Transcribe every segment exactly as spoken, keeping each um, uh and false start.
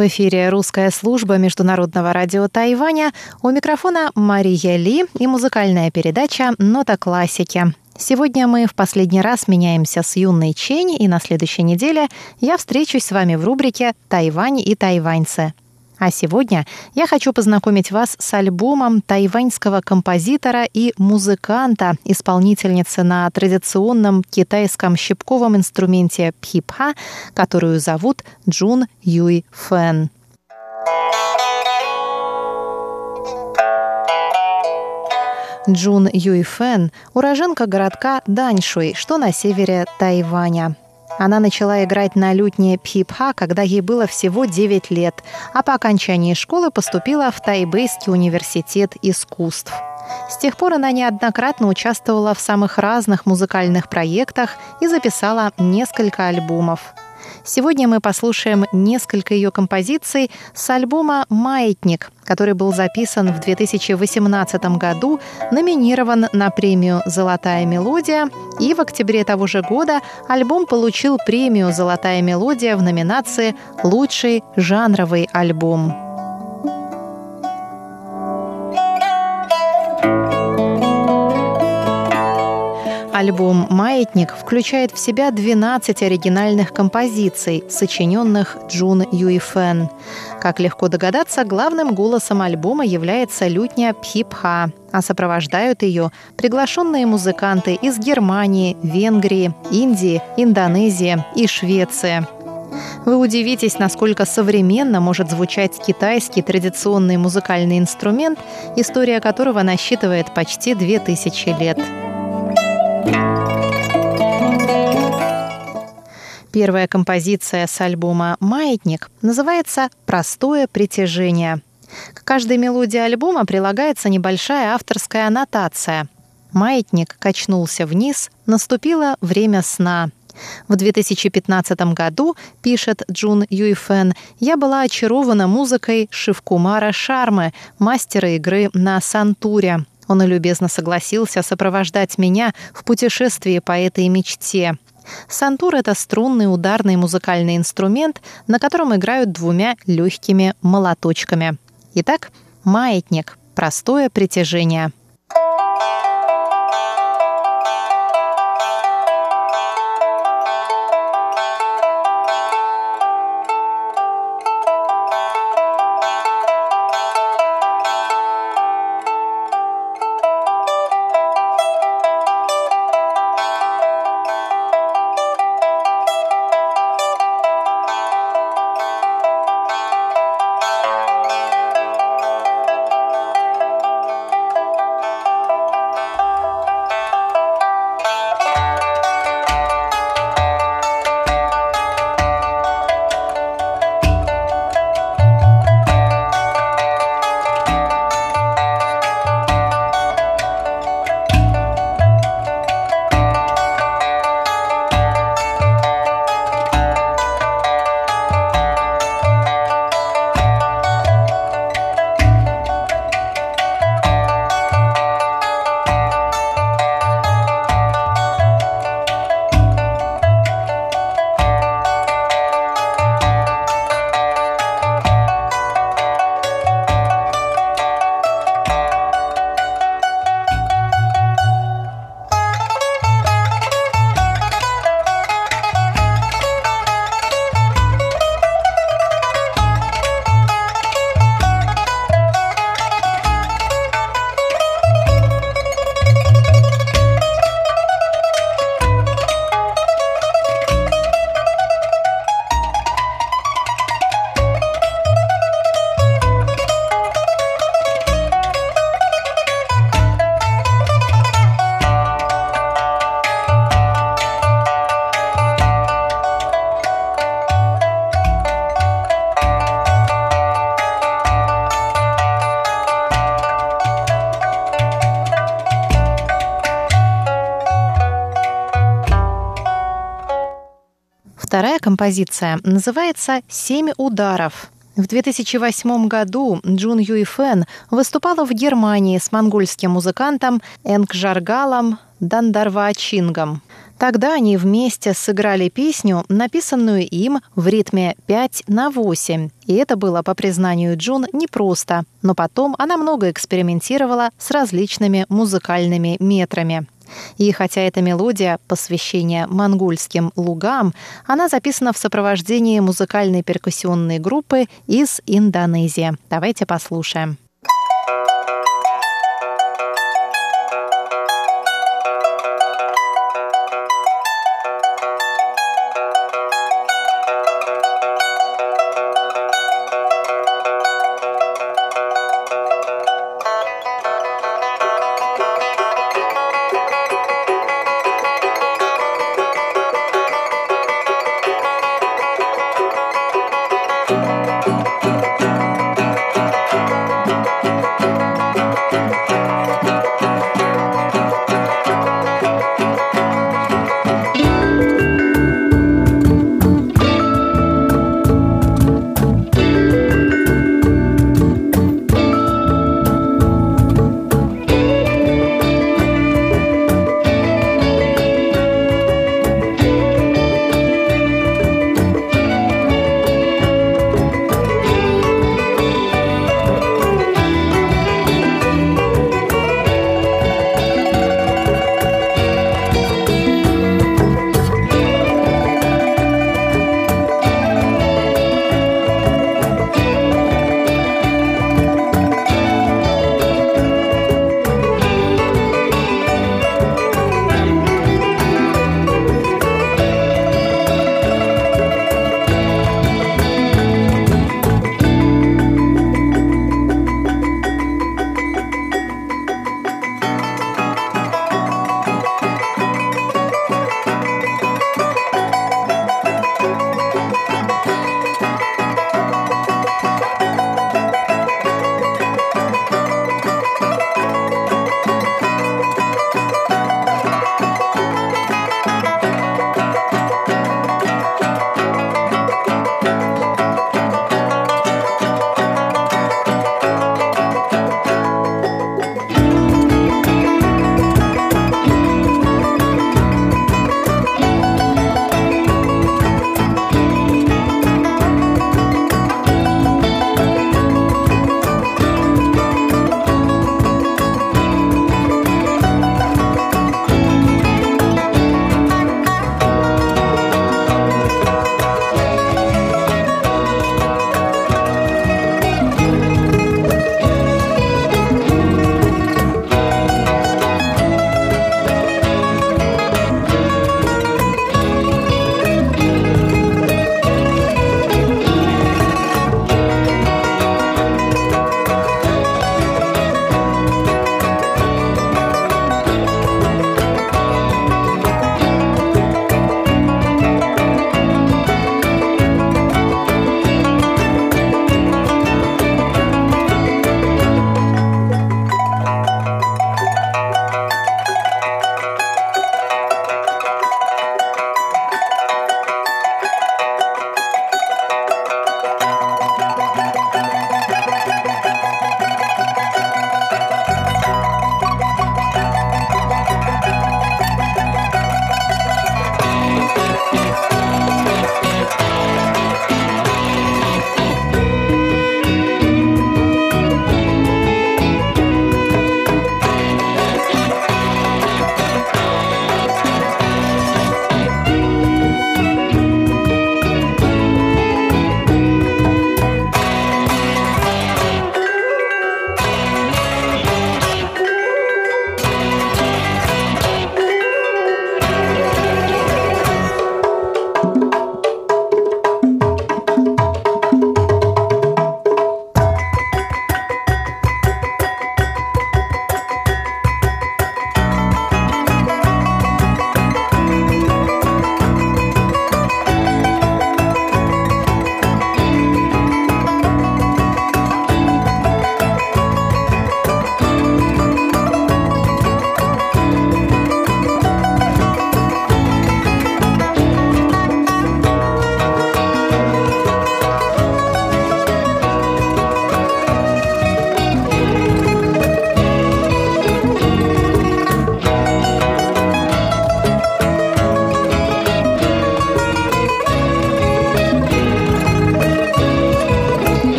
В эфире русская служба международного радио Тайваня. У микрофона Мария Ли и музыкальная передача «Нота классики». Сегодня мы в последний раз меняемся с Юной Чень, и на следующей неделе я встречусь с вами в рубрике «Тайвань и тайваньцы». А сегодня я хочу познакомить вас с альбомом тайваньского композитора и музыканта, исполнительницы на традиционном китайском щипковом инструменте пхипха, которую зовут Джун Юй Фэн. Джун Юй Фэн – уроженка городка Даньшуй, что на севере Тайваня. Она начала играть на лютне пхипха, когда ей было всего девять лет, а по окончании школы поступила в Тайбэйский университет искусств. С тех пор она неоднократно участвовала в самых разных музыкальных проектах и записала несколько альбомов. Сегодня мы послушаем несколько ее композиций с альбома «Маятник», который был записан в две тысячи восемнадцатом году, номинирован на премию «Золотая мелодия», и в октябре того же года альбом получил премию «Золотая мелодия» в номинации «Лучший жанровый альбом». Альбом «Маятник» включает в себя двенадцать оригинальных композиций, сочиненных Джун Юй Фэн. Как легко догадаться, главным голосом альбома является лютня пхипха, а сопровождают ее приглашенные музыканты из Германии, Венгрии, Индии, Индонезии и Швеции. Вы удивитесь, насколько современно может звучать китайский традиционный музыкальный инструмент, история которого насчитывает почти две тысячи лет. Первая композиция с альбома «Маятник» называется «Простое притяжение». К каждой мелодии альбома прилагается небольшая авторская аннотация. «Маятник качнулся вниз, наступило время сна». В две тысячи пятнадцатом году, пишет Джун Юй Фэн, я была очарована музыкой Шивкумара Шармы, мастера игры на сантуре. Он любезно согласился сопровождать меня в путешествии по этой мечте. Сантур — это струнный ударный музыкальный инструмент, на котором играют двумя легкими молоточками. Итак, «Маятник. Простое притяжение». Вторая композиция называется «Семь ударов». В две тысячи восьмом году Джун Юй Фэн выступала в Германии с монгольским музыкантом Энгжаргалом Дандарваачингом. Тогда они вместе сыграли песню, написанную им в ритме пять на восемь. И это было, по признанию Джун, непросто. Но потом она много экспериментировала с различными музыкальными метрами. И хотя эта мелодия посвящения монгольским лугам, она записана в сопровождении музыкальной перкуссионной группы из Индонезии. Давайте послушаем.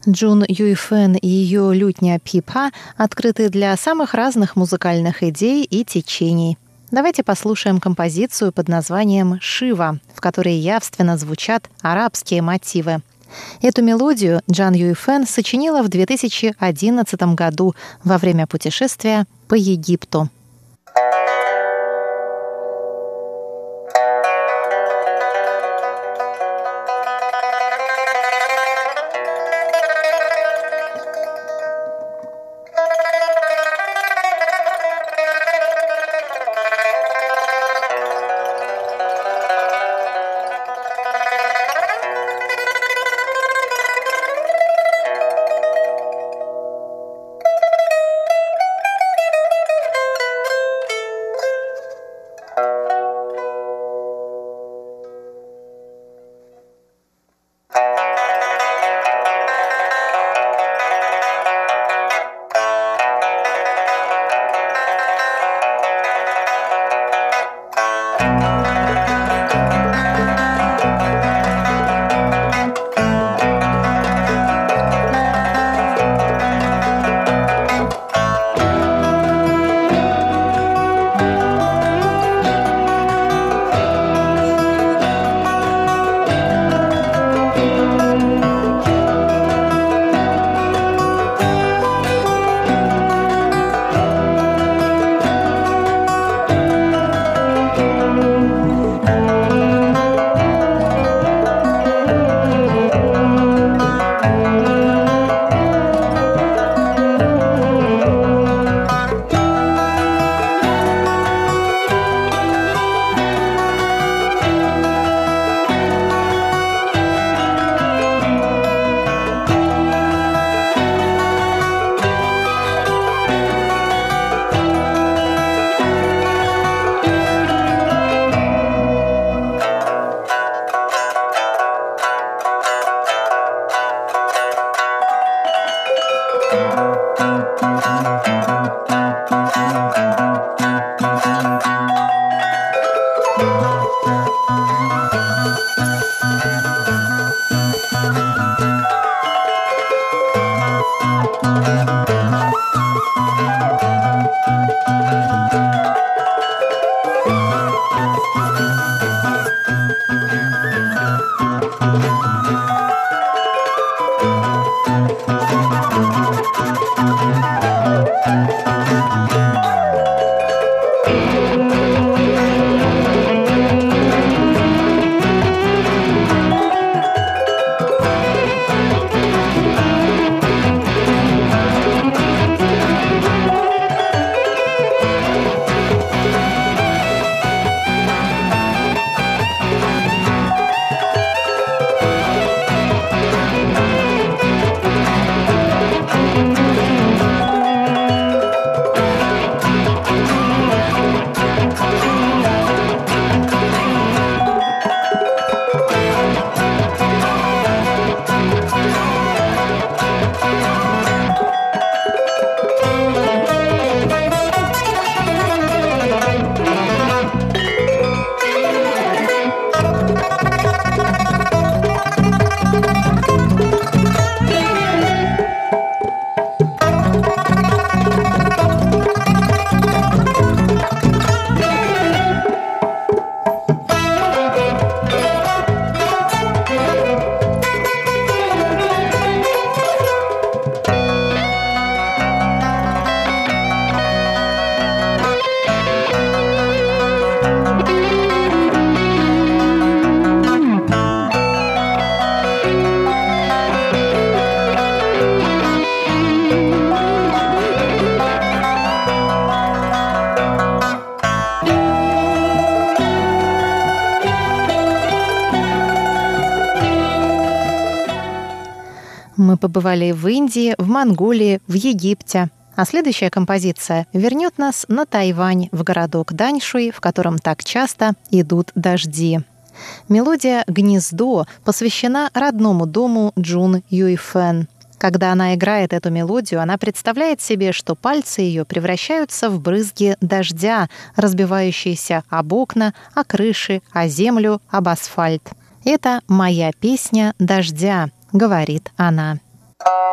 Джун Юйфэн и ее лютня Пипха открыты для самых разных музыкальных идей и течений. Давайте послушаем композицию под названием «Шива», в которой явственно звучат арабские мотивы. Эту мелодию Джан Юйфэн сочинила в две тысячи одиннадцатом году во время путешествия по Египту. Мы побывали в Индии, в Монголии, в Египте. А следующая композиция вернет нас на Тайвань, в городок Даньшуй, в котором так часто идут дожди. Мелодия «Гнездо» посвящена родному дому Джун Юйфэн. Когда она играет эту мелодию, она представляет себе, что пальцы ее превращаются в брызги дождя, разбивающиеся об окна, о крыши, о землю, об асфальт. «Это моя песня дождя», — говорит она.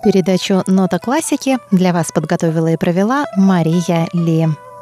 Передачу «Нота классики» для вас подготовила и провела Мария Ли.